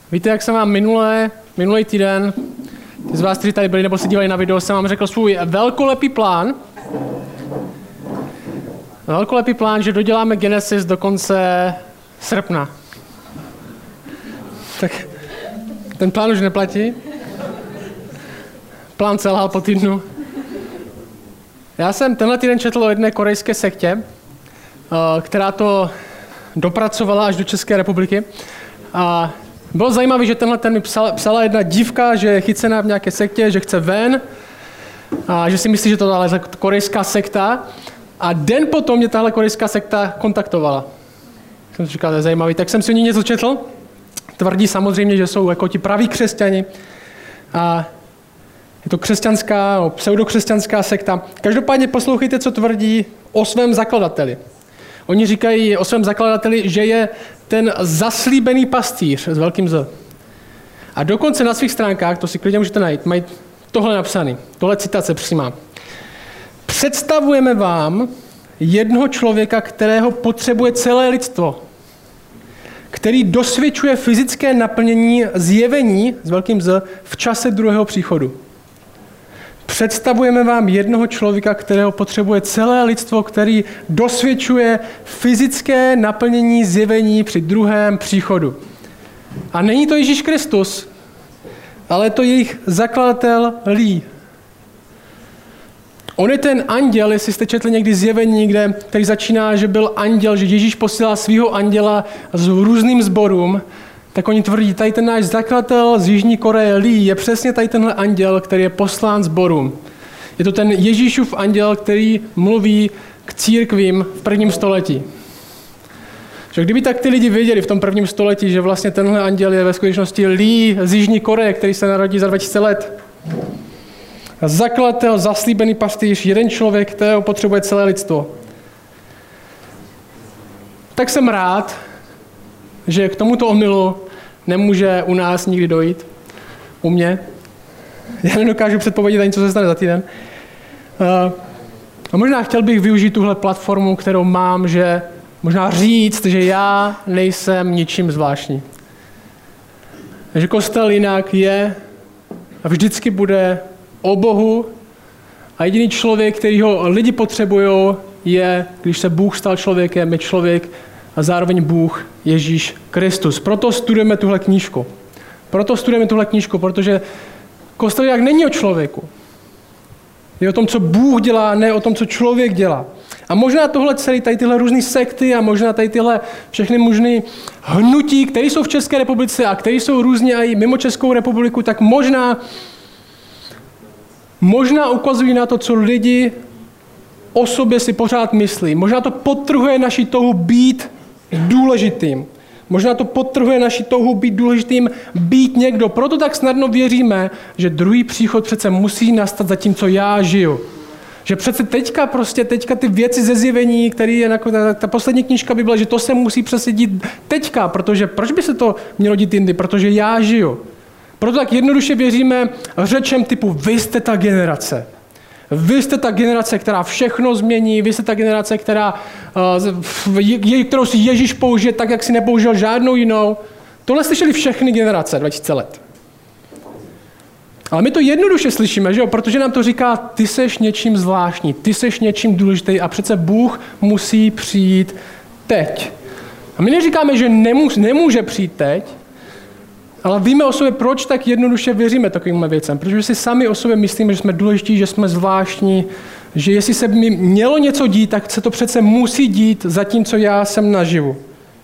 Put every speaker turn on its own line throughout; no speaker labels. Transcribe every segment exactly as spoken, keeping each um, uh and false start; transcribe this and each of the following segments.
Víte, jak jsem vám minulé, minulý týden, ty z vás, kteří tady byli nebo se dívali na video, jsem vám řekl svůj velkolepý plán. Velkolepý plán, že doděláme Genesis do konce srpna. Tak ten plán už neplatí. Plán selhal po týdnu. Já jsem tenhle týden četl o jedné korejské sektě, která to dopracovala až do České republiky. A bylo zajímavé, že tenhle ten mi psala, psala jedna dívka, že je chycená v nějaké sektě, že chce ven a že si myslí, že to je korejská sekta. A den potom mě tahle korejská sekta kontaktovala. Jsem si říkal, to je zajímavý. Tak jsem si o ní něco četl. Tvrdí samozřejmě, že jsou jako ti praví křesťani. A je to křesťanská, no, pseudokřesťanská sekta. Každopádně poslouchejte, co tvrdí o svém zakladateli. Oni říkají o svém zakladateli, že je ten zaslíbený pastýř s velkým Z. A dokonce na svých stránkách, to si klidně můžete najít, mají tohle napsané. Tohle citace přímá. Představujeme vám jednoho člověka, kterého potřebuje celé lidstvo, který dosvědčuje fyzické naplnění zjevení s velkým Z v čase druhého příchodu. Představujeme vám jednoho člověka, kterého potřebuje celé lidstvo, který dosvědčuje fyzické naplnění zjevení při druhém příchodu. A není to Ježíš Kristus, ale je to jejich zakladatel Lee. On je ten anděl, jestli jste četli někdy zjevení, kde, který začíná, že byl anděl, že Ježíš posílá svého anděla s různým sborům, tak oni tvrdí, tady ten náš zakladatel z Jižní Koreje Lee je přesně tady tenhle anděl, který je poslán sborům. Je to ten Ježíšův anděl, který mluví k církvím v prvním století. Že kdyby tak ty lidi věděli v tom prvním století, že vlastně tenhle anděl je ve skutečnosti Lee z Jižní Koreje, který se narodí za dva tisíce let. Zakladatel, zaslíbený pastýř, jeden člověk, kterého potřebuje celé lidstvo. Tak jsem rád, že k tomuto omylu nemůže u nás nikdy dojít. U mě. Já nedokážu předpovědět ani, co se stane za týden. A možná chtěl bych využít tuhle platformu, kterou mám, že možná říct, že já nejsem ničím zvláštní. Že kostel jinak je a vždycky bude o Bohu a jediný člověk, který ho lidi potřebují, je, když se Bůh stal člověkem, je člověk a zároveň Bůh Ježíš Kristus. Proto studujeme tuhle knížku. Proto studujeme tuhle knížku, protože kostel jinak není o člověku. Je o tom, co Bůh dělá, ne o tom, co člověk dělá. A možná tohle celé, tady tyhle různé sekty a možná tady tyhle všechny možné hnutí, které jsou v České republice a které jsou různě i mimo Českou republiku, tak možná Možná ukazují na to, co lidi o sobě si pořád myslí. Možná to podtrhuje naši touhu být důležitým. Možná to podtrhuje naši touhu být důležitým, být někdo. Proto tak snadno věříme, že druhý příchod přece musí nastat za tím, co já žiju. Že přece teďka prostě, teďka ty věci ze zjevení, který je jako ta, ta poslední knížka Bible, že to se musí přesně dít teďka, protože proč by se to mělo dít jindy? Protože já žiju. Proto tak jednoduše věříme řečem typu vy jste ta generace. Vy jste ta generace, která všechno změní, vy jste ta generace, která, uh, kterou si Ježíš použije tak, jak si nepoužil žádnou jinou. Tohle slyšeli všechny generace dva tisíce let. Ale my to jednoduše slyšíme, že jo? Protože nám to říká, ty seš něčím zvláštní, ty seš něčím důležitý a přece Bůh musí přijít teď. A my neříkáme, že nemůže, nemůže přijít teď, ale víme o sobě, proč tak jednoduše věříme takovým věcem. Protože si sami o sobě myslíme, že jsme důležití, že jsme zvláštní, že jestli se mi mělo něco dít, tak se to přece musí dít zatímco já jsem naživu.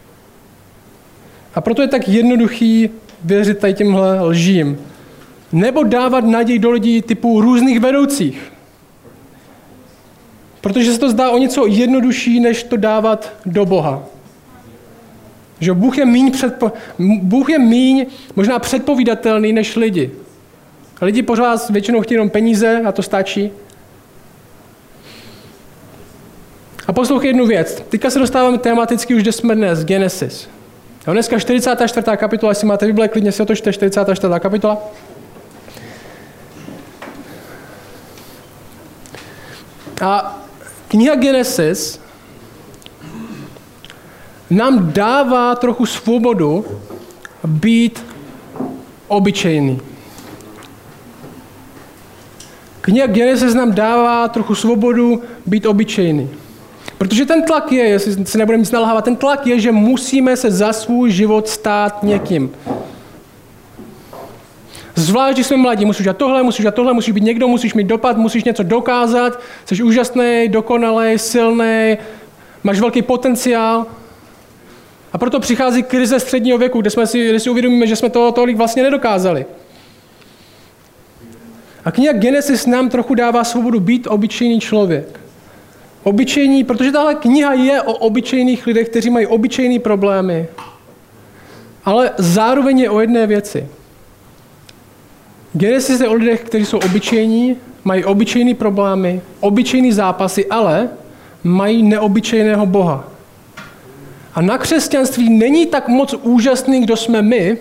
A proto je tak jednoduchý věřit tady těmhle lžím. Nebo dávat naději do lidí typu různých vedoucích. Protože se to zdá o něco jednodušší, než to dávat do Boha. Že Bůh je míň, předpo, Bůh je míň možná předpovídatelný než lidi. Lidi pořád většinou chtějí jenom peníze a to stačí. A poslouchej jednu věc. Teďka se dostáváme tematicky už, kde jsme dnes, Genesis. A dneska čtyřicátá čtvrtá kapitola, jestli máte Bible, klidně si otočte, čtyřicátá čtvrtá kapitola. A kniha Genesis nám dává trochu svobodu být obyčejný. Kniha Genesis nám dává trochu svobodu být obyčejný. Protože ten tlak je, jestli se nebudeme nic nalhávat, ten tlak je, že musíme se za svůj život stát někým. Zvlášť, když jsme mladí, musíš dělat tohle, musíš dělat tohle, musíš být někdo, musíš mít dopad, musíš něco dokázat, jsi úžasný, dokonalý, silný, máš velký potenciál. A proto přichází krize středního věku, kde, jsme si, kde si uvědomíme, že jsme toho tolik vlastně nedokázali. A kniha Genesis nám trochu dává svobodu být obyčejný člověk. Obyčejný, protože tahle kniha je o obyčejných lidech, kteří mají obyčejné problémy. Ale zároveň je o jedné věci. Genesis je o lidech, kteří jsou obyčejní, mají obyčejné problémy, obyčejné zápasy, ale mají neobyčejného Boha. A na křesťanství není tak moc úžasný, kdo jsme my,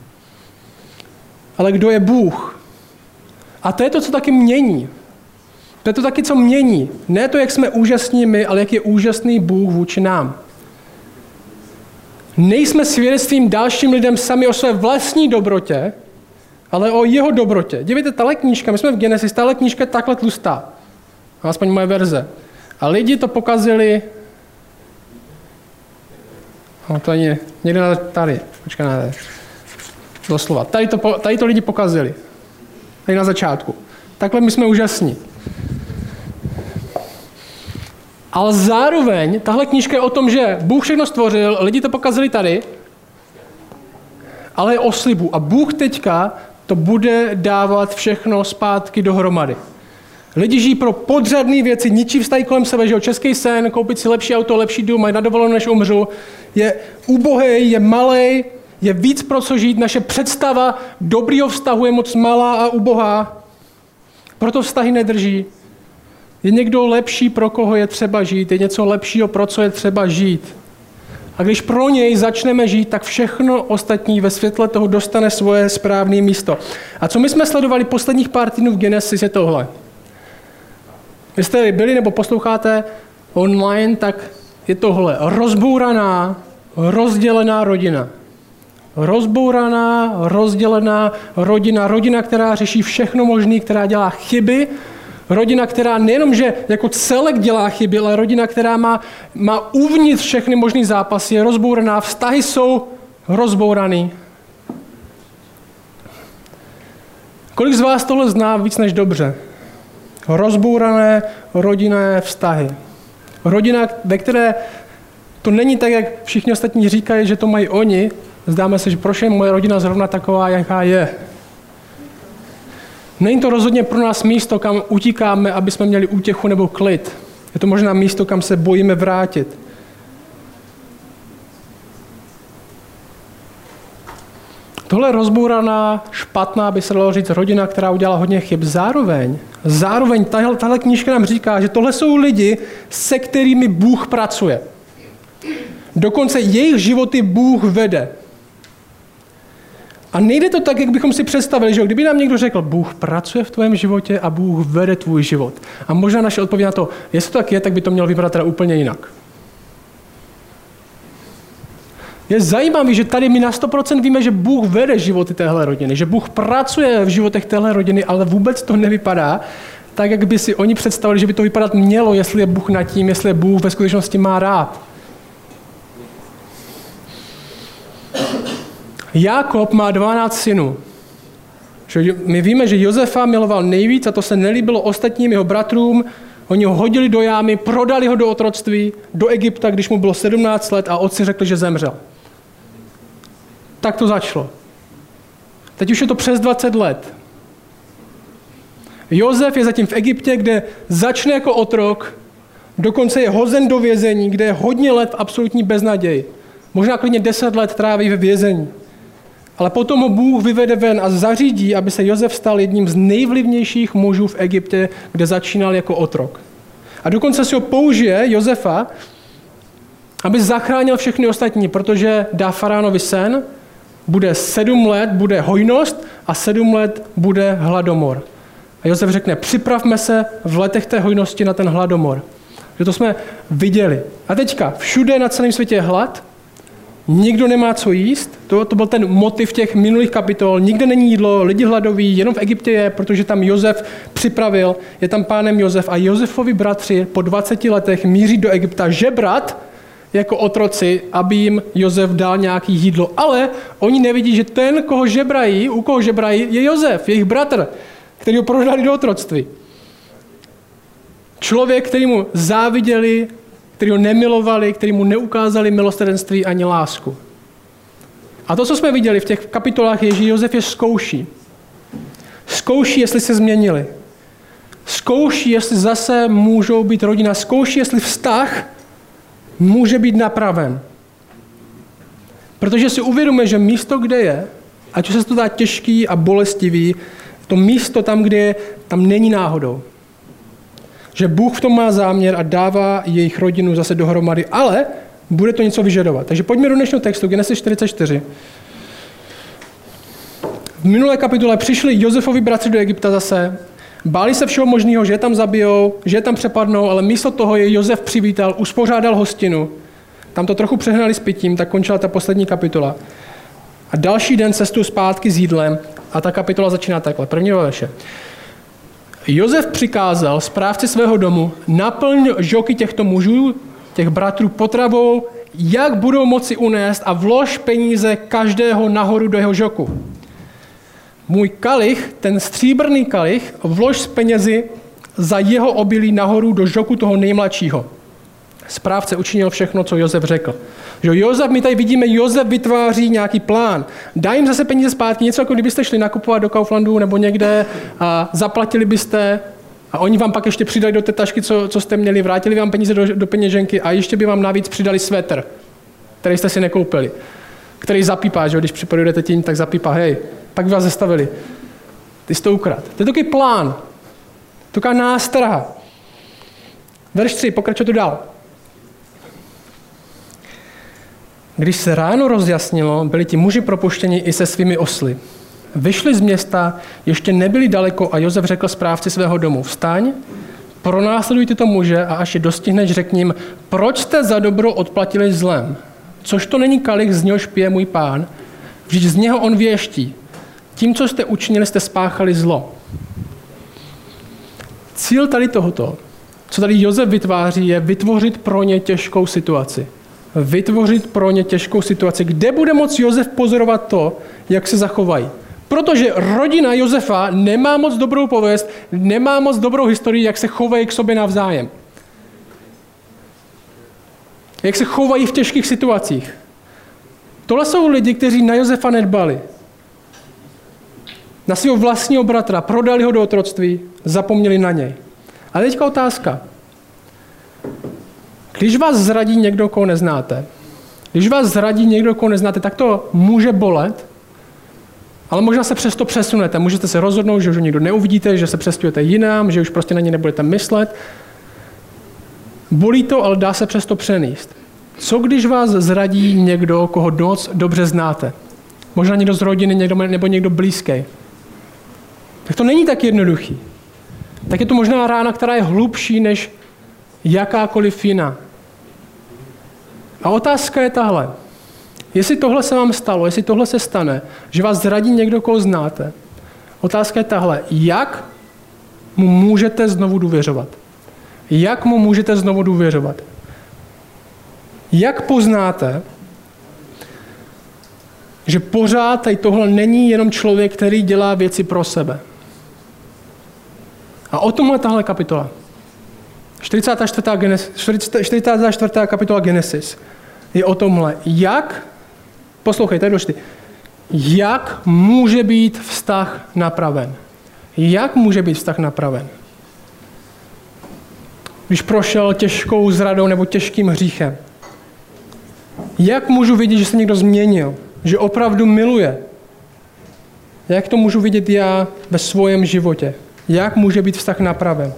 ale kdo je Bůh. A to je to, co taky mění. To je to taky, co mění. Ne to, jak jsme úžasní my, ale jak je úžasný Bůh vůči nám. Nejsme svědectvím dalším lidem sami o své vlastní dobrotě, ale o jeho dobrotě. Dívejte, tahle knížka, my jsme v Genesis, tahle knížka je takhle tlustá. Aspoň moje verze. A lidi to pokazili. No to je někde tady. Počkej, ne. Doslova. Tady to, tady to lidi pokazili. Tady na začátku. Takhle my jsme úžasní. Ale zároveň tahle knížka je o tom, že Bůh všechno stvořil, lidi to pokazili tady, ale je o slibu. A Bůh teďka to bude dávat všechno zpátky dohromady. Lidi žijí pro podřadné věci, ničí vztahy kolem sebe, že jo, český sen, koupit si lepší auto, lepší dům, mají na dovolenou, než umřu, je ubohej, je malej, je víc pro co žít, naše představa dobrýho vztahu je moc malá a ubohá, proto vztahy nedrží. Je někdo lepší, pro koho je třeba žít, je něco lepšího, pro co je třeba žít. A když pro něj začneme žít, tak všechno ostatní ve světle toho dostane svoje správné místo. A co my jsme sledovali posledních pár týdnů v Genesis je tohle. Vy jste byli nebo posloucháte online, tak je tohle. Rozbouraná, rozdělená rodina. Rozbouraná, rozdělená rodina. Rodina, která řeší všechno možné, která dělá chyby. Rodina, která nejenom, že jako celek dělá chyby, ale rodina, která má, má uvnitř všechny možný zápasy, je rozbouraná, vztahy jsou rozbouraný. Kolik z vás tohle zná víc než dobře? Rozbourané rodinné vztahy. Rodina, ve které to není tak, jak všichni ostatní říkají, že to mají oni. Zdáme se, že proč je moje rodina zrovna taková, jaká je. Není to rozhodně pro nás místo, kam utíkáme, aby jsme měli útěchu nebo klid. Je to možná místo, kam se bojíme vrátit. Tohle je rozbouraná, špatná, by se dalo říct, rodina, která udělala hodně chyb. Zároveň, zároveň tahle, tahle knížka nám říká, že tohle jsou lidi, se kterými Bůh pracuje. Dokonce jejich životy Bůh vede. A nejde to tak, jak bychom si představili, že kdyby nám někdo řekl, Bůh pracuje v tvém životě a Bůh vede tvůj život. A možná naše odpověď na to, jestli to tak je, tak by to mělo vypadat teda úplně jinak. Je zajímavé, že tady my na sto procent víme, že Bůh vede životy téhle rodiny, že Bůh pracuje v životech téhle rodiny, ale vůbec to nevypadá tak, jak by si oni představili, že by to vypadat mělo, jestli je Bůh nad tím, jestli je Bůh ve skutečnosti má rád. Jákob má dvanáct synů. My víme, že Josefa miloval nejvíc a to se nelíbilo ostatním jeho bratrům. Oni ho hodili do jámy, prodali ho do otroctví, do Egypta, když mu bylo sedmnáct let a otci řekli, že zemřel. Tak to začalo. Teď už je to přes dvacet let. Josef je zatím v Egyptě, kde začne jako otrok, dokonce je hozen do vězení, kde je hodně let v absolutní beznaději. Možná klidně deset let tráví ve vězení. Ale potom ho Bůh vyvede ven a zařídí, aby se Josef stal jedním z nejvlivnějších mužů v Egyptě, kde začínal jako otrok. A dokonce si ho použije, Josefa, aby zachránil všechny ostatní, protože dá faraonovi sen, bude sedm let, bude hojnost a sedm let bude hladomor. A Josef řekne, připravme se v letech té hojnosti na ten hladomor. Že to jsme viděli. A teďka, všude na celém světě je hlad, nikdo nemá co jíst, to, to byl ten motiv těch minulých kapitol, nikde není jídlo, lidi hladoví, jenom v Egyptě je, protože tam Josef připravil, je tam pánem Josef a Josefovi bratři po dvaceti letech míří do Egypta žebrat jako otroci, aby jim Josef dal nějaký jídlo. Ale oni nevidí, že ten, koho žebrají, u koho žebrají, je Josef, jejich bratr, který ho prodali do otroctví. Člověk, který mu záviděli, který ho nemilovali, který mu neukázali milosrdenství ani lásku. A to, co jsme viděli v těch kapitolách, je, že Josef je zkouší. Zkouší, jestli se změnili. Zkouší, jestli zase můžou být rodina. Zkouší, jestli vztah může být napraven. Protože si uvědomuje, že místo, kde je, ať se to dá těžký a bolestivý, to místo tam, kde je, tam není náhodou. Že Bůh v tom má záměr a dává jejich rodinu zase dohromady, ale bude to něco vyžadovat. Takže pojďme do dnešního textu, Genesis čtyřicet čtyři. V minulé kapitole přišli Josefovi bratři do Egypta zase, báli se všeho možného, že je tam zabijou, že je tam přepadnou, ale místo toho je Josef přivítal, uspořádal hostinu. Tam to trochu přehnali s pitím, tak končila ta poslední kapitola. A další den cestu zpátky s jídlem a ta kapitola začíná takhle. První verše. Josef přikázal správci svého domu, naplň žoky těchto mužů, těch bratrů potravou, jak budou moci unést a vlož peníze každého nahoru do jeho žoku. Můj kalich, ten stříbrný kalich, vlož s penězi za jeho obilí nahoru do žoku toho nejmladšího. Správce učinil všechno, co Josef řekl. Že Josef, my tady vidíme, Josef vytváří nějaký plán. Dá jim zase peníze zpátky, něco jako kdybyste šli nakupovat do Kauflandu nebo někde a zaplatili byste a oni vám pak ještě přidali do té tašky, co, co jste měli, vrátili vám peníze do, do peněženky a ještě by vám navíc přidali svetr, který jste si nekoupili, který zapípá, že když připadujete tím, tak zapípá, hej, pak by vás zastavili. Ty jsi to ukrad. To je takový plán, taková nástraha. Verš tři, pokračuje to dál. Když se ráno rozjasnilo, byli ti muži propuštěni i se svými osly. Vyšli z města, ještě nebyli daleko a Josef řekl správci svého domu, vstaň, pronásleduj tyto muže a až je dostihneš, řekni jim, proč jste za dobro odplatili zlem? Což to není kalich, z něhož pije můj pán? Vždyť z něho on věští. Tím, co jste učinili, jste spáchali zlo. Cíl tady tohoto, co tady Josef vytváří, je vytvořit pro ně těžkou situaci. Vytvořit pro ně těžkou situaci, kde bude moct Josef pozorovat to, jak se zachovají. Protože rodina Josefa nemá moc dobrou pověst, nemá moc dobrou historii, jak se chovají k sobě navzájem. Jak se chovají v těžkých situacích. Tohle jsou lidi, kteří na Josefa nedbali. Na svého vlastního bratra, prodali ho do otroctví, zapomněli na něj. A teďka otázka. Když vás zradí někdo, koho neznáte, když vás zradí někdo, koho neznáte, tak to může bolet, ale možná se přesto přesunete. Můžete se rozhodnout, že už ho nikdo neuvidíte, že se přestěhujete jinam, že už prostě na ně nebudete myslet. Bolí to, ale dá se přesto přenést. Co když vás zradí někdo, koho dost dobře znáte? Možná někdo z rodiny někdo, nebo někdo blízký. Tak to není tak jednoduchý. Tak je to možná rána, která je hlubší než jakákoliv jiná. A otázka je tahle. Jestli tohle se vám stalo, jestli tohle se stane, že vás zradí někdo, koho znáte, otázka je tahle. Jak mu můžete znovu důvěřovat? Jak mu můžete znovu důvěřovat? Jak poznáte, že pořád tady tohle není jenom člověk, který dělá věci pro sebe? A o tomhle tahle kapitola. čtyřicátá čtvrtá Genesis, čtyřicátá čtvrtá kapitola Genesis je o tomhle. Jak, poslouchej, tady důležitý, jak může být vztah napraven? Jak může být vztah napraven? Když prošel těžkou zradou nebo těžkým hříchem. Jak můžu vidět, že se někdo změnil? Že opravdu miluje? Jak to můžu vidět já ve svém životě? Jak může být vztah napraven?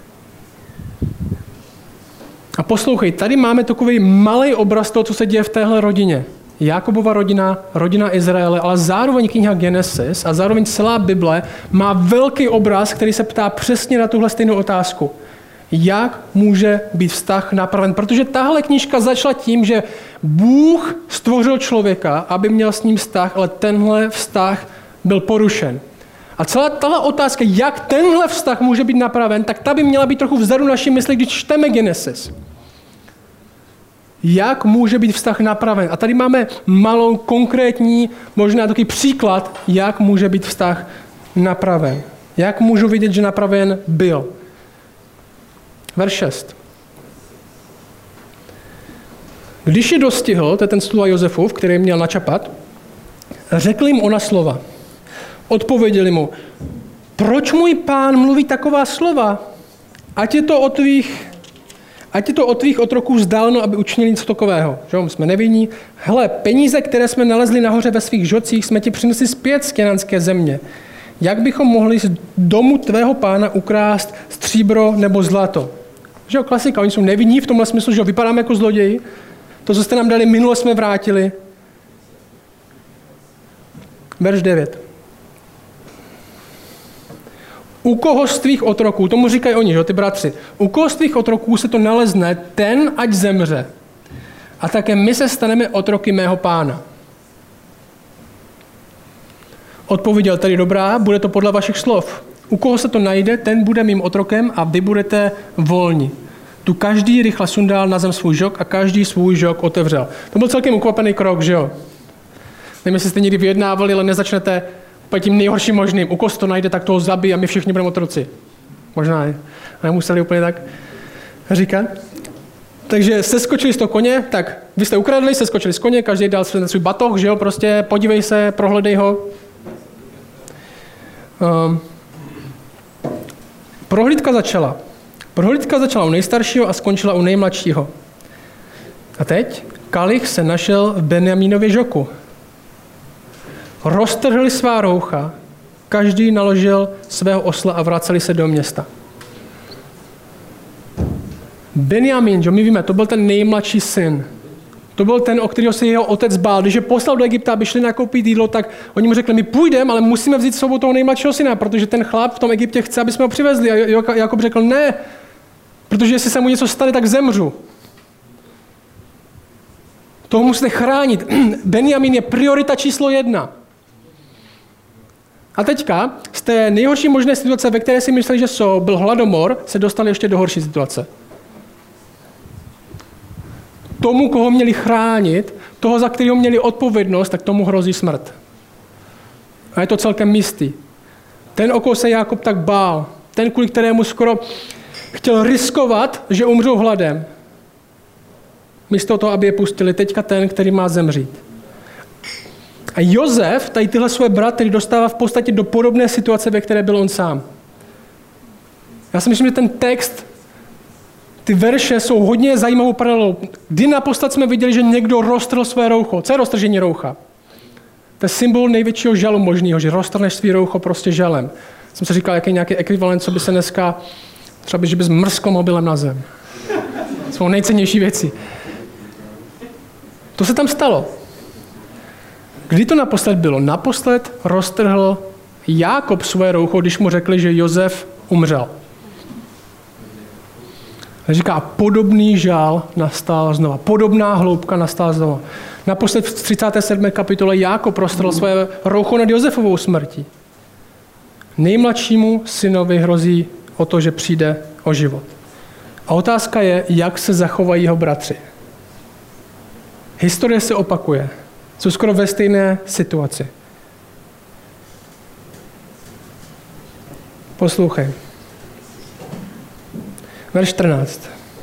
A poslouchej, tady máme takový malý obraz toho, co se děje v téhle rodině. Jákobova rodina, rodina Izraele, ale zároveň kniha Genesis a zároveň celá Bible má velký obraz, který se ptá přesně na tuhle stejnou otázku. jak může být vztah napraven. Protože tahle knížka začala tím, že Bůh stvořil člověka, aby měl s ním vztah, ale tenhle vztah byl porušen. A celá tahle otázka, jak tenhle vztah může být napraven, tak ta by měla být trochu vzadu naší mysli, když čteme Genesis. Jak může být vztah napraven? A tady máme malou konkrétní, možná takový příklad, jak může být vztah napraven. Jak můžu vidět, že napraven byl. Verš šest. Když ji dostihl, to je ten slova Josefův, který měl načapat, řekl jim ona slova. Odpověděli mu, proč můj pán mluví taková slova? Ať je to od tvých, ať je to od tvých otroků vzdáleno, aby učinili něco takového. Že? My jsme nevinní. Hele, peníze, které jsme nalezli nahoře ve svých žocích, jsme ti přinesli zpět z kenánské země. Jak bychom mohli z domu tvého pána ukrást stříbro nebo zlato? Že jo, klasika, oni jsou nevinní v tomhle smyslu, že vypadáme jako zloději. To, co jste nám dali minule, jsme vrátili. Verš devět. U koho z tvých otroků, tomu říkají oni, že ty bratři, u koho z tvých otroků se to nalezne, ten ať zemře. A také my se staneme otroky mého pána. Odpověděl tedy, dobrá, bude to podle vašich slov. U koho se to najde, ten bude mým otrokem a vy budete volni. Tu každý rychle sundal na zem svůj žok a každý svůj žok otevřel. To byl celkem ukvapený krok, že jo? Nevím, jestli jste někdy vyjednávali, ale nezačnete tím nejhorším možným. U koho se to najde, tak toho zabij a my všichni budeme otroci. Možná ne. Nemuseli úplně tak říkat. Takže seskočili z toho koně, tak vy jste ukradli, seskočili z koně, každý dal svůj batoh, že jo, prostě podívej se, prohledej ho. Um, prohlídka začala. Prohlídka začala u nejstaršího a skončila u nejmladšího. A teď kalich se našel v Benjamínově žoku. Roztrhli svá roucha, každý naložil svého osla a vraceli se do města. Benjamín, že my víme, to byl ten nejmladší syn. To byl ten, o kterého se jeho otec bál. Když je poslal do Egypta, aby šli nakoupit jídlo, tak oni mu řekli, my půjdeme, ale musíme vzít s sebou toho nejmladšího syna, protože ten chlap v tom Egyptě chce, aby jsme ho přivezli. A Jakob řekl, ne, protože jestli se mu něco stane, tak zemřu. Toho musíte chránit. Benjamín je priorita číslo jedna. A teďka z té nejhorší možné situace, ve které si mysleli, že jsou, byl hladomor, se dostali ještě do horší situace. Tomu, koho měli chránit, toho, za kterého měli odpovědnost, tak tomu hrozí smrt. A je to celkem jistý. Ten, o koho se Jákob tak bál, ten, kvůli kterému skoro chtěl riskovat, že umřou hladem, místo toho, aby je pustili, teďka ten, který má zemřít. A Josef, tady tyhle své bratry, dostává v podstatě do podobné situace, ve které byl on sám. Já si myslím, že ten text, ty verše jsou hodně zajímavou paralelou. Kdy naposled jsme viděli, že někdo roztrhl své roucho. Co je roztržení roucha? To je symbol největšího žalu možného, že roztrhneš svý roucho prostě žalem. Jsem si říkal, jaký je nějaký ekvivalent, co by se dneska, třeba že bys mrskl mobilem na zem. Jsou nejcennější věci. To se tam stalo. Kdy to naposled bylo? Naposled roztrhl Jákob své roucho, když mu řekli, že Josef umřel. Říká, podobný žál nastal znova. Podobná hloubka nastala znova. Naposled v třicáté sedmé kapitole Jákob roztrhl své roucho nad Josefovou smrtí. Nejmladšímu synovi hrozí o to, že přijde o život. A otázka je, jak se zachovají jeho bratři. Historie se opakuje. Jsou skoro ve stejné situaci. Poslouchej. Verš čtrnáct.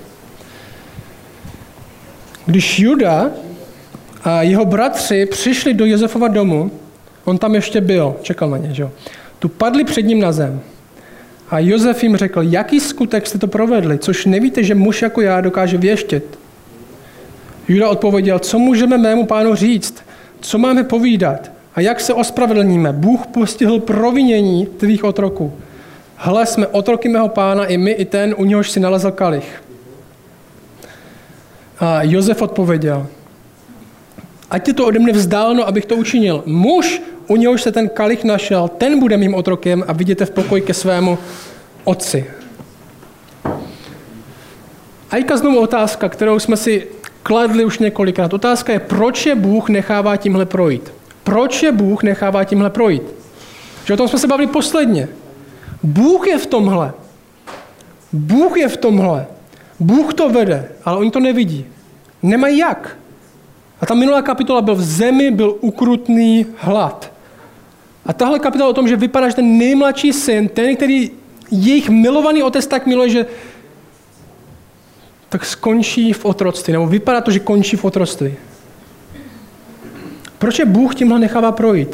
Když Juda a jeho bratři přišli do Josefova domu, on tam ještě byl, čekal na ně, že jo? Tu padli před ním na zem. A Josef jim řekl, jaký skutek jste to provedli, což nevíte, že muž jako já dokáže věštit. Juda odpověděl, co můžeme mému pánu říct, co máme povídat a jak se ospravedlníme. Bůh postihl provinění tvých otroků. Hle, jsme otroky mého pána, i my, i ten, u něhož si nalezl kalich. A Josef odpověděl, ať je to ode mne vzdáleno, abych to učinil. Muž, u něhož se ten kalich našel, ten bude mým otrokem a vidíte v pokoji ke svému otci. A teďka znovu otázka, kterou jsme si kladli už několikrát. Otázka je, proč je Bůh nechává tímhle projít? Proč je Bůh nechává tímhle projít? Že o tom jsme se bavili posledně. Bůh je v tomhle. Bůh je v tomhle. Bůh to vede, ale oni to nevidí. Nemají jak. A ta minulá kapitola byl v zemi, byl ukrutný hlad. A tahle kapitola o tom, že vypadá, že ten nejmladší syn, ten, který jejich milovaný otec tak miluje, že tak skončí v otroctví, nebo vypadá to, že končí v otroctví. Proč je Bůh tímhle nechává projít?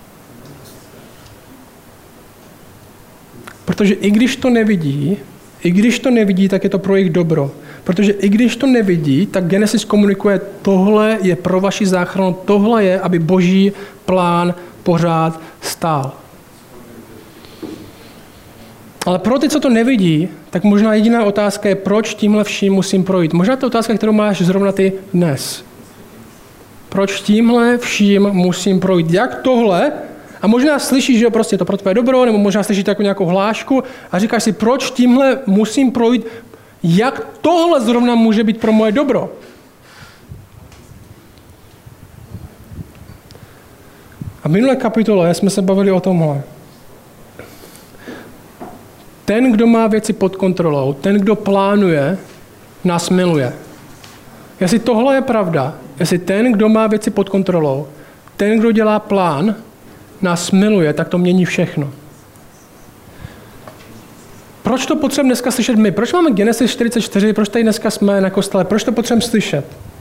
Protože i když to nevidí, i když to nevidí, tak je to pro jejich dobro. Protože i když to nevidí, tak Genesis komunikuje, tohle je pro vaši záchranu, tohle je, aby boží plán pořád stál. Ale pro ty, co to nevidí, tak možná jediná otázka je, proč tímhle vším musím projít. Možná to je otázka, kterou máš zrovna ty dnes. Proč tímhle vším musím projít? Jak tohle? A možná slyšíš, že jo, prostě je to pro tvé dobro, nebo možná slyšíš takovou nějakou hlášku a říkáš si, proč tímhle musím projít? Jak tohle zrovna může být pro moje dobro? A v minulé kapitole jsme se bavili o tomhle. Ten, kdo má věci pod kontrolou, ten, kdo plánuje, nás miluje. Jestli tohle je pravda, jestli ten, kdo má věci pod kontrolou, ten, kdo dělá plán, nás miluje, tak to mění všechno. Proč to potřebujeme dneska slyšet my? Proč máme Genesis čtyřicet čtyři? Proč tady dneska jsme na kostele? Proč to potřebujeme slyšet?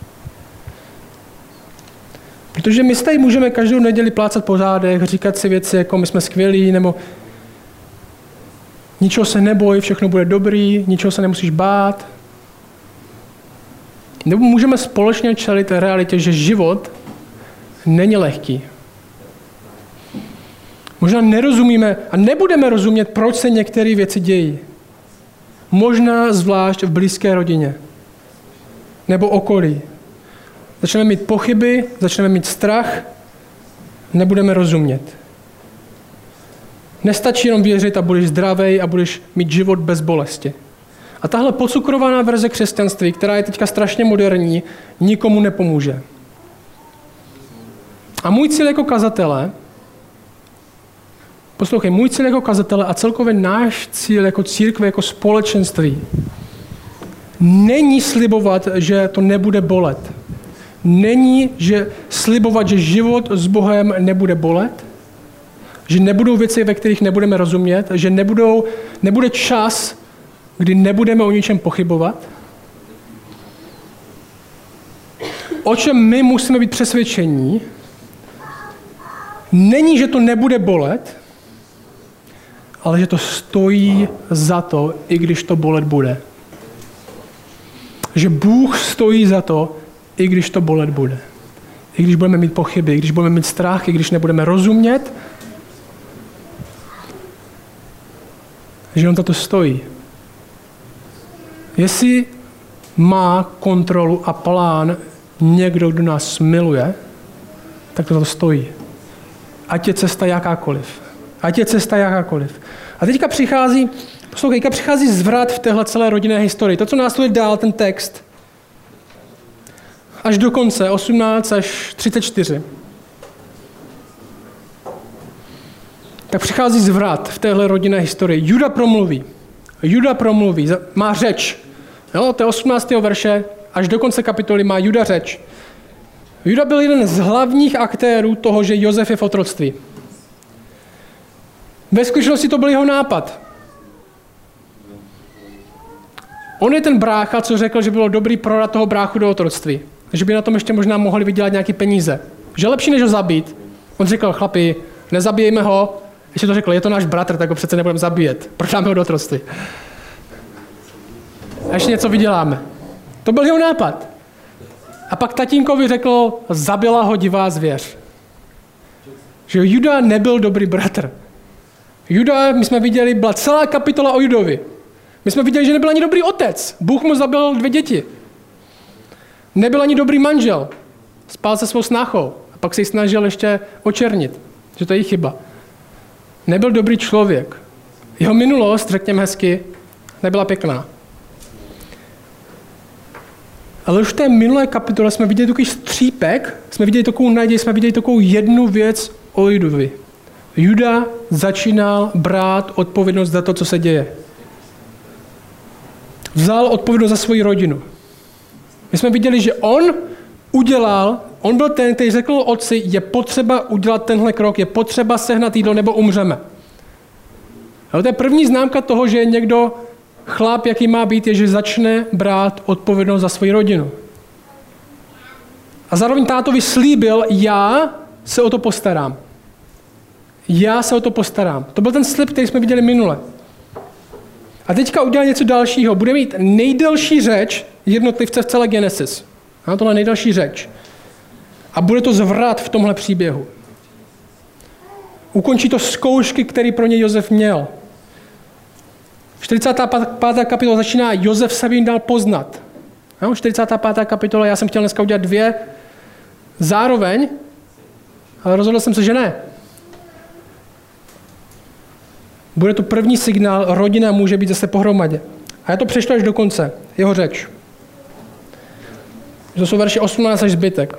Protože my tady můžeme každou neděli plácat po zádech, říkat si věci, jako my jsme skvělí, nebo ničeho se neboj, všechno bude dobrý, ničeho se nemusíš bát. Nebo můžeme společně čelit realitě, že život není lehký. Možná nerozumíme a nebudeme rozumět, proč se některé věci dějí. Možná zvlášť v blízké rodině nebo okolí. Začneme mít pochyby, začneme mít strach, nebudeme rozumět. Nestačí jenom věřit a budeš zdravý a budeš mít život bez bolesti. A tahle pocukrovaná verze křesťanství, která je teďka strašně moderní, nikomu nepomůže. A můj cíl jako kazatele, poslouchej, můj cíl jako kazatele a celkově náš cíl jako církve, jako společenství, není slibovat, že to nebude bolet. Není že slibovat, že život s Bohem nebude bolet, že nebudou věci, ve kterých nebudeme rozumět, že nebudou, nebude čas, kdy nebudeme o ničem pochybovat. O čem my musíme být přesvědčení, není, že to nebude bolet, ale že to stojí za to, i když to bolet bude. Že Bůh stojí za to, i když to bolet bude. I když budeme mít pochyby, i když budeme mít strach, i když nebudeme rozumět, že on za to stojí. Jestli má kontrolu a plán někdo, kdo nás miluje, tak to za to stojí. Ať je cesta jakákoliv. Ať je cesta jakákoliv. A teďka přichází, poslouchej, teďka přichází zvrat v téhle celé rodinné historii. To, co následuje dál, ten text, až do konce, osmnáct až třicet čtyři. Tak přichází zvrat v téhle rodinné historii. Juda promluví. Juda promluví, má řeč. Jo, to je osmnáctého verše, až do konce kapitoly má Juda řeč. Juda byl jeden z hlavních aktérů toho, že Josef je v otroctví. Ve skutečnosti to byl jeho nápad. On je ten brácha, co řekl, že bylo dobrý prodat toho bráchu do otroctví. Že by na tom ještě možná mohli vydělat nějaké peníze. Že lepší, než ho zabít. On řekl, chlapi, nezabijejme ho. Ještě to řekl, je to náš bratr, tak ho přece nebudeme zabíjet. Prodáme ho do otroctví. A ještě něco vyděláme. To byl jeho nápad. A pak tatínkovi řekl, zabila ho divá zvěř. Že Juda nebyl dobrý bratr. Juda, my jsme viděli, byla celá kapitola o Judovi. My jsme viděli, že nebyl ani dobrý otec. Bůh mu zabil dvě děti. Nebyl ani dobrý manžel. Spal se svou snáchou. A pak se ji snažil ještě očernit. Že to je její chyba. Nebyl dobrý člověk. Jeho minulost, řekněme hezky, nebyla pěkná. Ale už v té minulé kapitole jsme viděli takový střípek, jsme viděli takovou naději, jsme viděli takovou jednu věc o Judovi. Juda začínal brát odpovědnost za to, co se děje. Vzal odpovědnost za svoji rodinu. My jsme viděli, že on udělal, on byl ten, který řekl otci, je potřeba udělat tenhle krok, je potřeba sehnat jídlo, nebo umřeme. Ale to je první známka toho, že je někdo chlap, jaký má být, je, že začne brát odpovědnost za svoji rodinu. A zároveň tátovi slíbil, já se o to postarám. Já se o to postarám. To byl ten slib, který jsme viděli minule. A teďka udělá něco dalšího. Bude mít nejdelší řeč jednotlivce v celé Genesis. A tohle je nejdelší řeč. A bude to zvrat v tomhle příběhu. Ukončí to zkoušky, které pro ně Josef měl. čtyřicátá pátá kapitola začíná, Josef se jim dal poznat. No, čtyřicátá pátá kapitola, já jsem chtěl dneska udělat dvě zároveň, ale rozhodl jsem se, že ne. Bude to první signál, rodina může být zase pohromadě. A já to přečtu až do konce, jeho řeč. To jsou verše osmnáct až zbytek.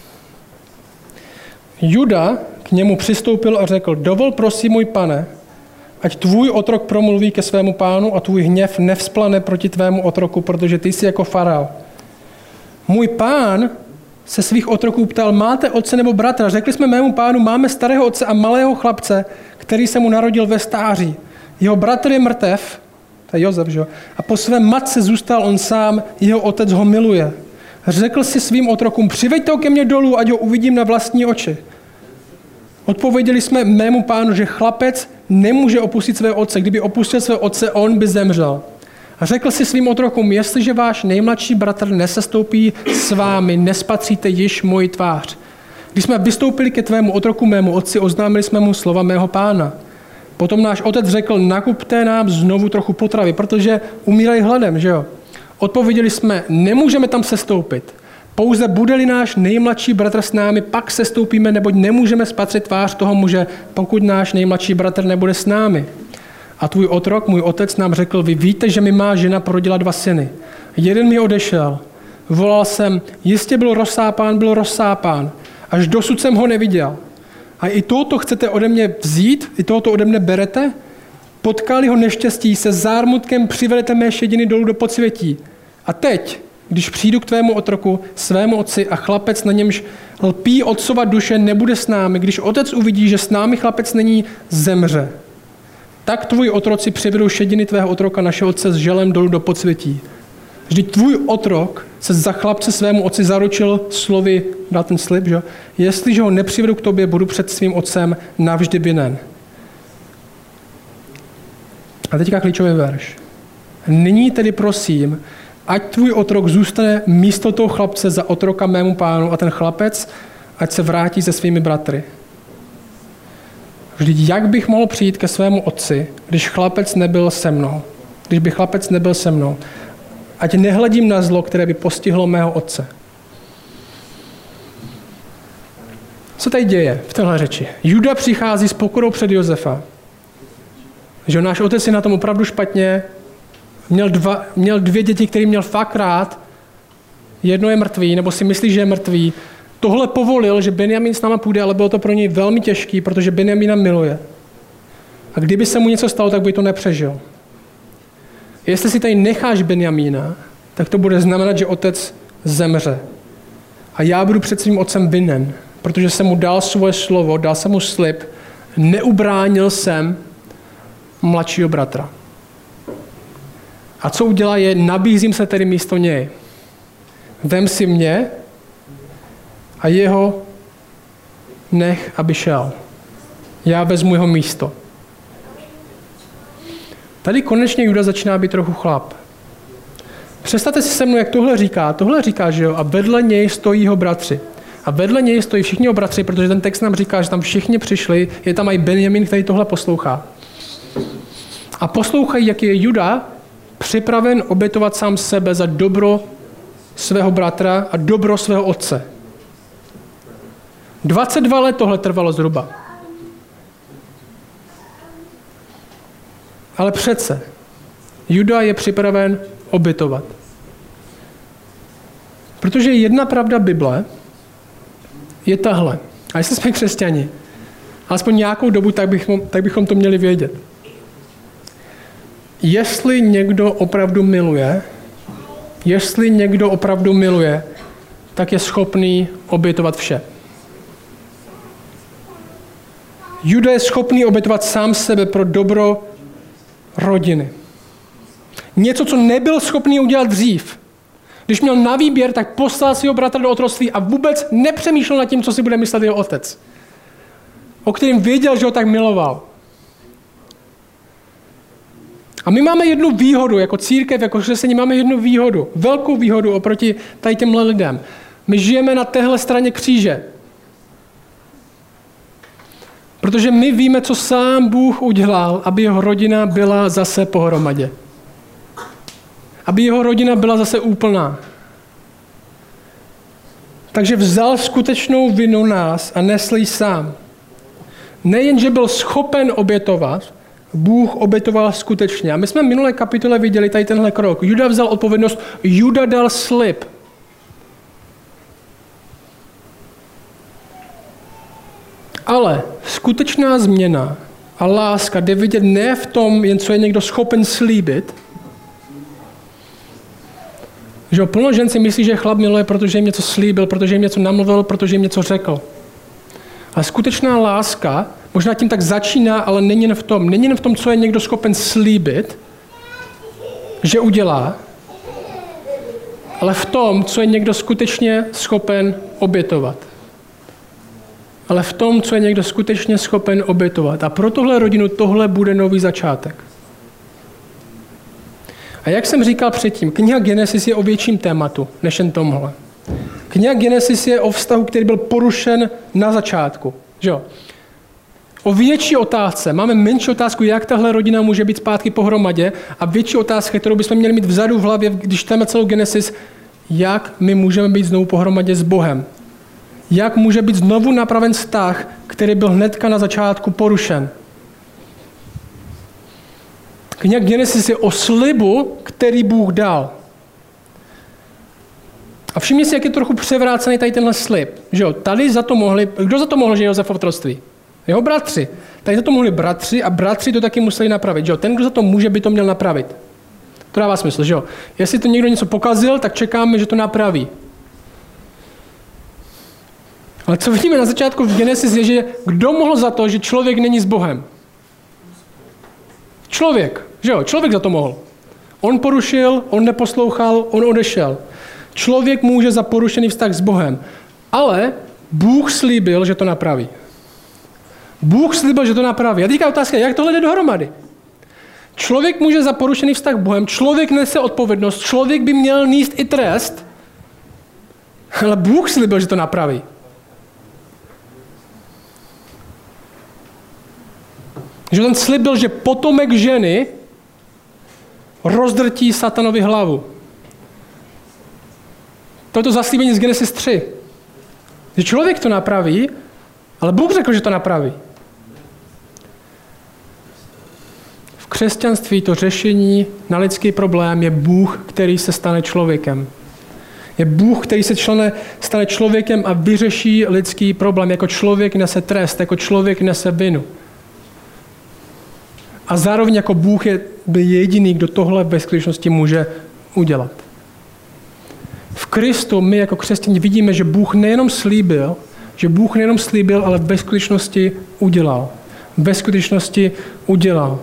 Juda k němu přistoupil a řekl, dovol prosím, můj pane, ať tvůj otrok promluví ke svému pánu a tvůj hněv nevzplane proti tvému otroku, protože ty jsi jako farao. Můj pán se svých otroků ptal, máte otce nebo bratra? Řekli jsme mému pánu, máme starého otce a malého chlapce, který se mu narodil ve stáří. Jeho bratr je mrtev, to je Josef, že? A po své matce zůstal on sám, jeho otec ho miluje. Řekl si svým otrokům, přiveďte ho ke mně dolů, ať ho uvidím na vlastní oči. Odpověděli jsme mému pánu, že chlapec nemůže opustit svého otce. Kdyby opustil svého otce, on by zemřel. A řekl si svým otrokům, jestliže váš nejmladší bratr nesestoupí s vámi, nespatříte již moji tvář. Když jsme vystoupili ke tvému otroku, mému otci, oznámili jsme mu slova mého pána. Potom náš otec řekl, nakupte nám znovu trochu potravy, protože umírají hladem, že jo? Odpověděli jsme, nemůžeme tam sestoupit. Pouze bude-li náš nejmladší bratr s námi, pak sestoupíme, neboť nemůžeme spatřit tvář toho muže, pokud náš nejmladší bratr nebude s námi. A tvůj otrok, můj otec, nám řekl, vy víte, že mi má žena porodila dva syny. Jeden mi odešel. Volal jsem, jistě byl rozsápán, byl rozsápán. Až dosud jsem ho neviděl. A i tohoto chcete ode mě vzít? I tohoto ode mne berete? Potkali ho neštěstí, se zármutkem přivedete mé šediny dolů do podsvětí. A teď, když přijdu k tvému otroku, svému otci a chlapec, na němž lpí otcova duše, nebude s námi, když otec uvidí, že s námi chlapec není, zemře. Tak tvůj otroci přivedou šediny tvého otroka, našeho otce, s želem dolů do podsvětí. Vždyť tvůj otrok se za chlapce svému otci zaručil slovy, dal ten slib, že? Jestliže ho nepřivedu k tobě, budu před svým otcem navždy vinen. A teďka klíčový verš. Nyní tedy prosím, ať tvůj otrok zůstane místo toho chlapce za otroka mému pánu a ten chlapec, ať se vrátí se svými bratry. Vždyť jak bych mohl přijít ke svému otci, když chlapec nebyl se mnou? Když by chlapec nebyl se mnou? Ať nehledím na zlo, které by postihlo mého otce. Co tady děje v téhle řeči? Juda přichází s pokorou před Josefa. Že náš otec je na tom opravdu špatně, měl, dva, měl dvě děti, které měl fakt rád, jedno je mrtvý, nebo si myslí, že je mrtvý. Tohle povolil, že Benjamin s náma půjde, ale bylo to pro něj velmi těžký, protože Benjamina miluje. A kdyby se mu něco stalo, tak by to nepřežil. Jestli si tady necháš Benjamína, tak to bude znamenat, že otec zemře. A já budu před svým otcem vinen, protože jsem mu dal svoje slovo, dal jsem mu slib, neubránil jsem mladšího bratra. A co udělá je, nabízím se tedy místo něj. Vem si mě a jeho nech, aby šel. Já vezmu jeho místo. Tady konečně Juda začíná být trochu chlap. Představte si se mnou, jak tohle říká. Tohle říká, že jo, a vedle něj stojí jeho bratři. A vedle něj stojí všichni jeho bratři, protože ten text nám říká, že tam všichni přišli, je tam i Benjamin, který tohle poslouchá. A poslouchají, jak je Juda připraven obětovat sám sebe za dobro svého bratra a dobro svého otce. dvacet dva let tohle trvalo zhruba. Ale přece, Juda je připraven obětovat. Protože jedna pravda Bible je tahle. A jestli jsme křesťani, alespoň nějakou dobu, tak bychom, tak bychom to měli vědět. Jestli někdo opravdu miluje, jestli někdo opravdu miluje, tak je schopný obětovat vše. Juda je schopný obětovat sám sebe pro dobro rodiny. Něco, co nebyl schopný udělat dřív. Když měl na výběr, tak poslal svého bratra do otroctví a vůbec nepřemýšlel nad tím, co si bude myslet jeho otec. O kterým věděl, že ho tak miloval. A my máme jednu výhodu, jako církev, jako křesťané máme jednu výhodu, velkou výhodu oproti tady těmhle lidem. My žijeme na téhle straně kříže. Protože my víme, co sám Bůh udělal, aby jeho rodina byla zase pohromadě. Aby jeho rodina byla zase úplná. Takže vzal skutečnou vinu nás a nesl ji sám. Nejen, že byl schopen obětovat, Bůh obětoval skutečně. A my jsme v minulé kapitole viděli tady tenhle krok. Juda vzal odpovědnost, Juda dal slib. Ale skutečná změna a láska jde vidět ne v tom, jen co je někdo schopen slíbit. Že plno žen si myslí, že chlap miluje, protože jim něco slíbil, protože jim něco namluvil, protože jim něco řekl. Ale skutečná láska možná tím tak začíná, ale není jen v tom. Není jen v tom, co je někdo schopen slíbit, že udělá, ale v tom, co je někdo skutečně schopen obětovat. Ale v tom, co je někdo skutečně schopen obětovat. A pro tohle rodinu tohle bude nový začátek. A jak jsem říkal předtím, kniha Genesis je o větším tématu, než jen tomhle. Kniha Genesis je o vztahu, který byl porušen na začátku. Že? O větší otázce. Máme menší otázku, jak tahle rodina může být zpátky pohromadě, a větší otázka, kterou bychom měli mít vzadu v hlavě, když čteme celou Genesis, jak my můžeme být znovu pohromadě s Bohem. Jak může být znovu napraven vztah, který byl hnedka na začátku porušen. Kniha Genesis je o slibu, který Bůh dal. A všimni si, jak je trochu převrácený tady tenhle slib. Že jo, tady za to mohli, kdo za to mohl, že Josef v otroctví? Jeho bratři. Tady za to mohli bratři a bratři to taky museli napravit. Že jo, ten, kdo za to může, by to měl napravit. To dává smysl, že jo. Jestli to někdo něco pokazil, tak čekáme, že to napraví. Ale co vidíme na začátku v Genesis je, že kdo mohl za to, že člověk není s Bohem? Člověk, že jo, člověk za to mohl. On porušil, on neposlouchal, on odešel. Člověk může za porušený vztah s Bohem, ale Bůh slíbil, že to napraví. Bůh slíbil, že to napraví. A teďka otázka, jak tohle jde dohromady? Člověk může za porušený vztah s Bohem, člověk nese odpovědnost, člověk by měl nést i trest, ale Bůh slíbil, že to napraví. Že ten slib byl, že potomek ženy rozdrtí satanovi hlavu. To je to zaslíbení z Genesis tři. Že člověk to napraví, ale Bůh řekl, že to napraví. V křesťanství to řešení na lidský problém je Bůh, který se stane člověkem. Je Bůh, který se člene, stane člověkem a vyřeší lidský problém. Jako člověk nese trest, jako člověk nese vinu. A zároveň jako Bůh je jediný, kdo tohle ve skutečnosti může udělat. V Kristu my jako křesťané vidíme, že Bůh nejenom slíbil, že Bůh nejenom slíbil, ale ve skutečnosti udělal. Ve skutečnosti udělal.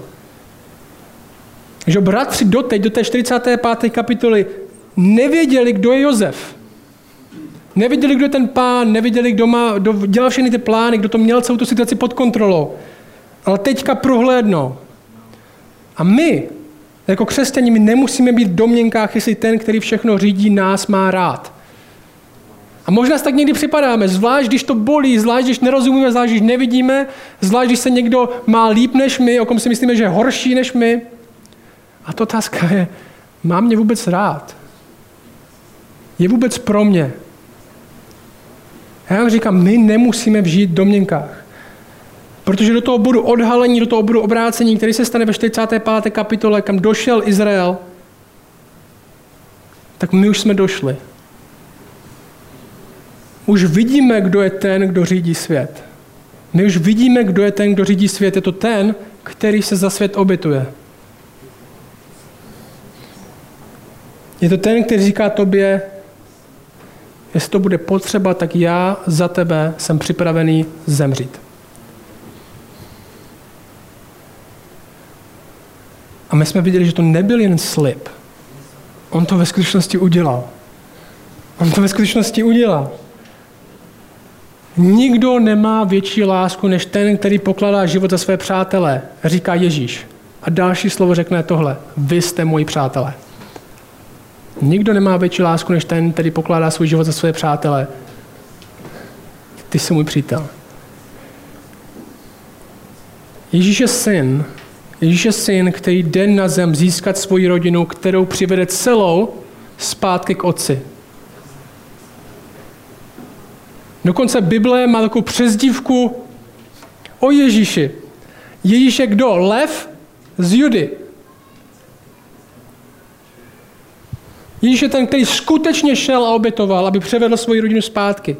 Že bratři doteď, do té čtyřicáté páté kapitoly nevěděli, kdo je Josef. Nevěděli, kdo je ten pán, nevěděli, kdo, má, kdo dělal všechny ty plány, kdo to měl celou tu situaci pod kontrolou. Ale teďka prohlédnou. A my, jako křesťané, my nemusíme být v domněnkách, jestli ten, který všechno řídí, nás má rád. A možná si tak někdy připadáme, zvlášť když to bolí, zvlášť když nerozumíme, zvlášť když nevidíme, zvlášť když se někdo má líp než my, o kom si myslíme, že je horší než my. A to otázka je, má mě vůbec rád? Je vůbec pro mě? Já vám říkám, my nemusíme žít v domněnkách. Protože do toho bodu odhalení, do toho bodu obrácení, který se stane ve čtyřicáté páté kapitole, kam došel Izrael, tak my už jsme došli. už vidíme, kdo je ten, kdo řídí svět. My už vidíme, kdo je ten, kdo řídí svět. Je to ten, který se za svět obětuje. Je to ten, který říká tobě, jestli to bude potřeba, tak já za tebe jsem připravený zemřít. A my jsme viděli, že to nebyl jen slib. On to ve skutečnosti udělal. On to ve skutečnosti udělal. Nikdo nemá větší lásku, než ten, který pokládá život za své přátele, říká Ježíš. A další slovo řekne tohle. Vy jste moji přátelé. Nikdo nemá větší lásku, než ten, který pokládá svůj život za své přátele. Ty jsi můj přítel. Ježíš je syn. Ježíš je syn, který jde na zem získat svoji rodinu, kterou přivede celou zpátky k otci. Dokonce Bible má takovou přezdívku o Ježíši. Ježíš je kdo? Lev z Judy. Ježíš je ten, který skutečně šel a obětoval, aby převedl svoji rodinu zpátky.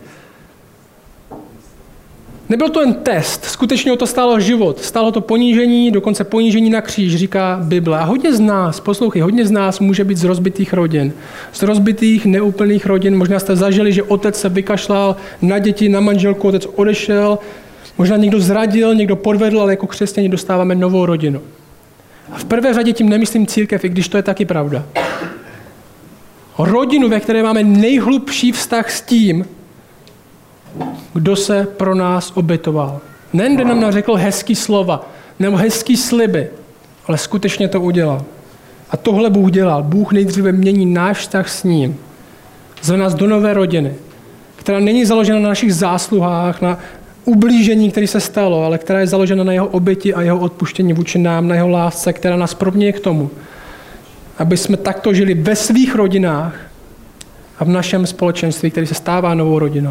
Nebyl to jen test, skutečně o to stálo život. Stálo to ponížení, dokonce ponížení na kříž, říká Bible. A hodně z nás, poslouchej, hodně z nás může být z rozbitých rodin. Z rozbitých, neúplných rodin. Možná jste zažili, že otec se vykašlal na děti, na manželku, otec odešel. Možná někdo zradil, někdo podvedl, ale jako křesťané dostáváme novou rodinu. A v prvé řadě tím nemyslím církev, i když to je taky pravda. Rodinu, ve které máme nejhlubší vztah s tím, kdo se pro nás obětoval. Nejen kdo nám řekl hezký slova nebo hezký sliby, ale skutečně to udělal. A tohle Bůh dělal. Bůh nejdříve mění náš vztah s ním. Zve nás do nové rodiny, která není založena na našich zásluhách, na ublížení, které se stalo, ale která je založena na jeho oběti a jeho odpuštění vůči nám, na jeho lásce, která nás promění k tomu, aby jsme takto žili ve svých rodinách a v našem společenství, který se stává novou rodinou.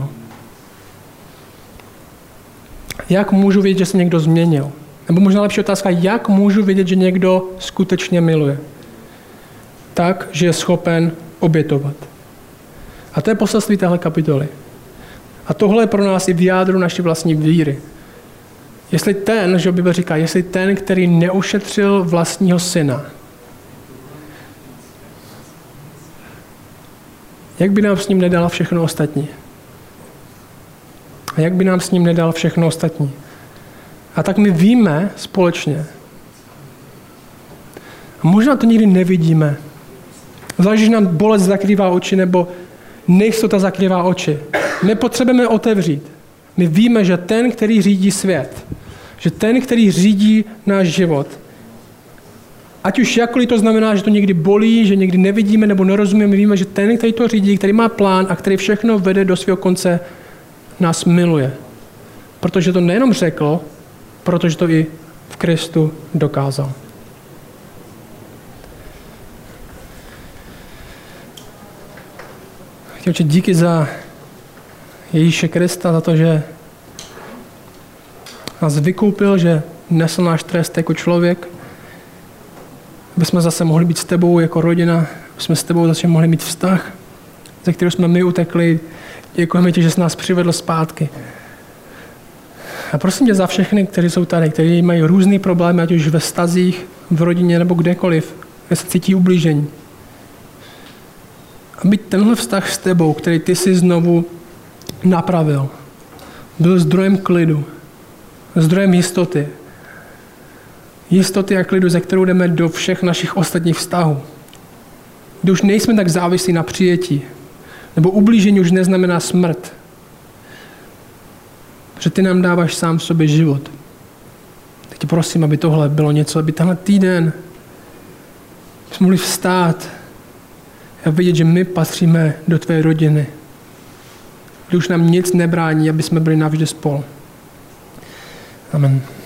Jak můžu vědět, že se někdo změnil? Nebo možná lepší otázka, jak můžu vědět, že někdo skutečně miluje? Tak, že je schopen obětovat. A to je poselství téhle kapitoly. A tohle je pro nás i v jádru naší vlastní víry. Jestli ten, že Bible říká, jestli ten, který neušetřil vlastního syna, jak by nám s ním nedal všechno ostatní? A jak by nám s ním nedal všechno ostatní? A tak my víme společně. A možná to nikdy nevidíme. Zvlášť, že nám bolest zakrývá oči, nebo nejistota zakrývá oči. My potřebujeme otevřít. My víme, že ten, který řídí svět, že ten, který řídí náš život, ať už jakkoliv to znamená, že to někdy bolí, že někdy nevidíme nebo nerozumíme, víme, že ten, který to řídí, který má plán a který všechno vede do svého konce, nás miluje. Protože to nejenom řekl, protože to i v Kristu dokázal. Chtěl ti díky za Ježíše Krista, za to, že nás vykoupil, že nesl náš trest jako člověk, aby jsme zase mohli být s tebou jako rodina, aby jsme s tebou zase mohli mít vztah, ze kterého jsme my utekli. Děkujeme ti, že jsi nás přivedl zpátky. A prosím tě za všechny, kteří jsou tady, kteří mají různý problémy, ať už ve vztazích, v rodině nebo kdekoliv, kde se cítí ublížení. Aby tenhle vztah s tebou, který ty jsi znovu napravil, byl zdrojem klidu, zdrojem jistoty. Jistoty a klidu, ze kterou jdeme do všech našich ostatních vztahů. Kdy už nejsme tak závislí na přijetí, nebo ublížení už neznamená smrt. Protože ty nám dáváš sám sobě život. Tak tě prosím, aby tohle bylo něco, aby tenhle týden jsme mohli vstát a vidět, že my patříme do tvé rodiny. Kdy už nám nic nebrání, aby jsme byli navždy spolu. Amen.